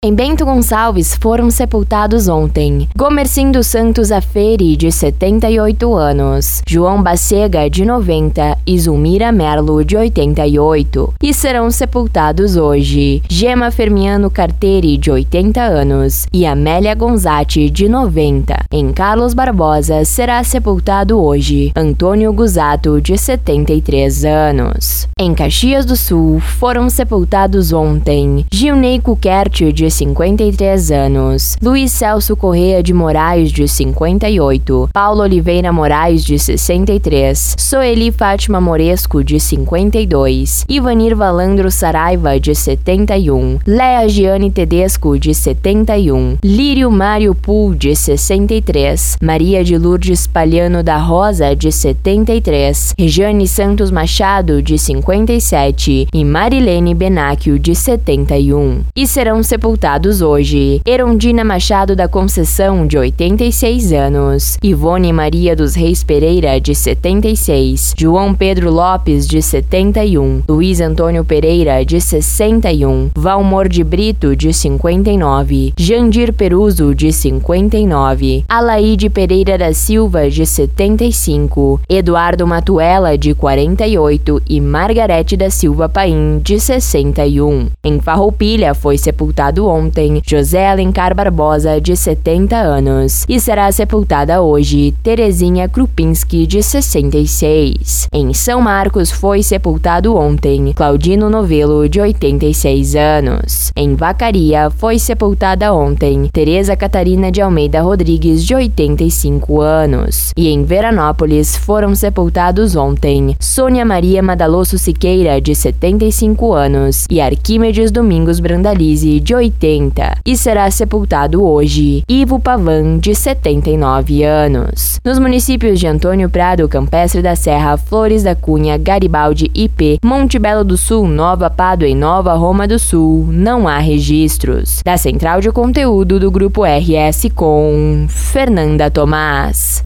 Em Bento Gonçalves foram sepultados ontem Gomercim dos Santos Aferi, de 78 anos, João Bacega, de 90 e Zulmira Merlo, de 88. E serão sepultados hoje Gema Fermiano Carteri, de 80 anos e Amélia Gonzatti, de 90. Em Carlos Barbosa será sepultado hoje Antônio Guzato, de 73 anos. Em Caxias do Sul foram sepultados ontem Gilney Kuckert, de 53 anos, Luiz Celso Correa de Moraes, de 58, Paulo Oliveira Moraes, de 63, Soeli Fátima Moresco, de 52, Ivanir Valandro Saraiva, de 71, Lea Giane Tedesco, de 71, Lírio Mário Pool, de 63, Maria de Lourdes Palhano da Rosa, de 73, Rejane Santos Machado, de 57 e Marilene Benáquio, de 71. E serão sepultados hoje Erondina Machado da Conceição, de 86 anos, Ivone Maria dos Reis Pereira, de 76, João Pedro Lopes, de 71, Luiz Antônio Pereira, de 61, Valmor de Brito, de 59, Jandir Peruso, de 59, Alaide Pereira da Silva, de 75, Eduardo Matuela, de 48 e Margarete da Silva Paim, de 61. Em Farroupilha foi sepultado ontem José Alencar Barbosa, de 70 anos, e será sepultada hoje Terezinha Krupinski, de 66. Em São Marcos foi sepultado ontem Claudino Novelo, de 86 anos. Em Vacaria foi sepultada ontem Tereza Catarina de Almeida Rodrigues, de 85 anos. E em Veranópolis foram sepultados ontem Sônia Maria Madalosso Siqueira, de 75 anos, e Arquímedes Domingos Brandalize, de 80. E será sepultado hoje Ivo Pavan, de 79 anos. Nos municípios de Antônio Prado, Campestre da Serra, Flores da Cunha, Garibaldi, IP, Monte Belo do Sul, Nova Pádua e Nova Roma do Sul, não há registros. Da Central de Conteúdo do Grupo RS com Fernanda Tomás.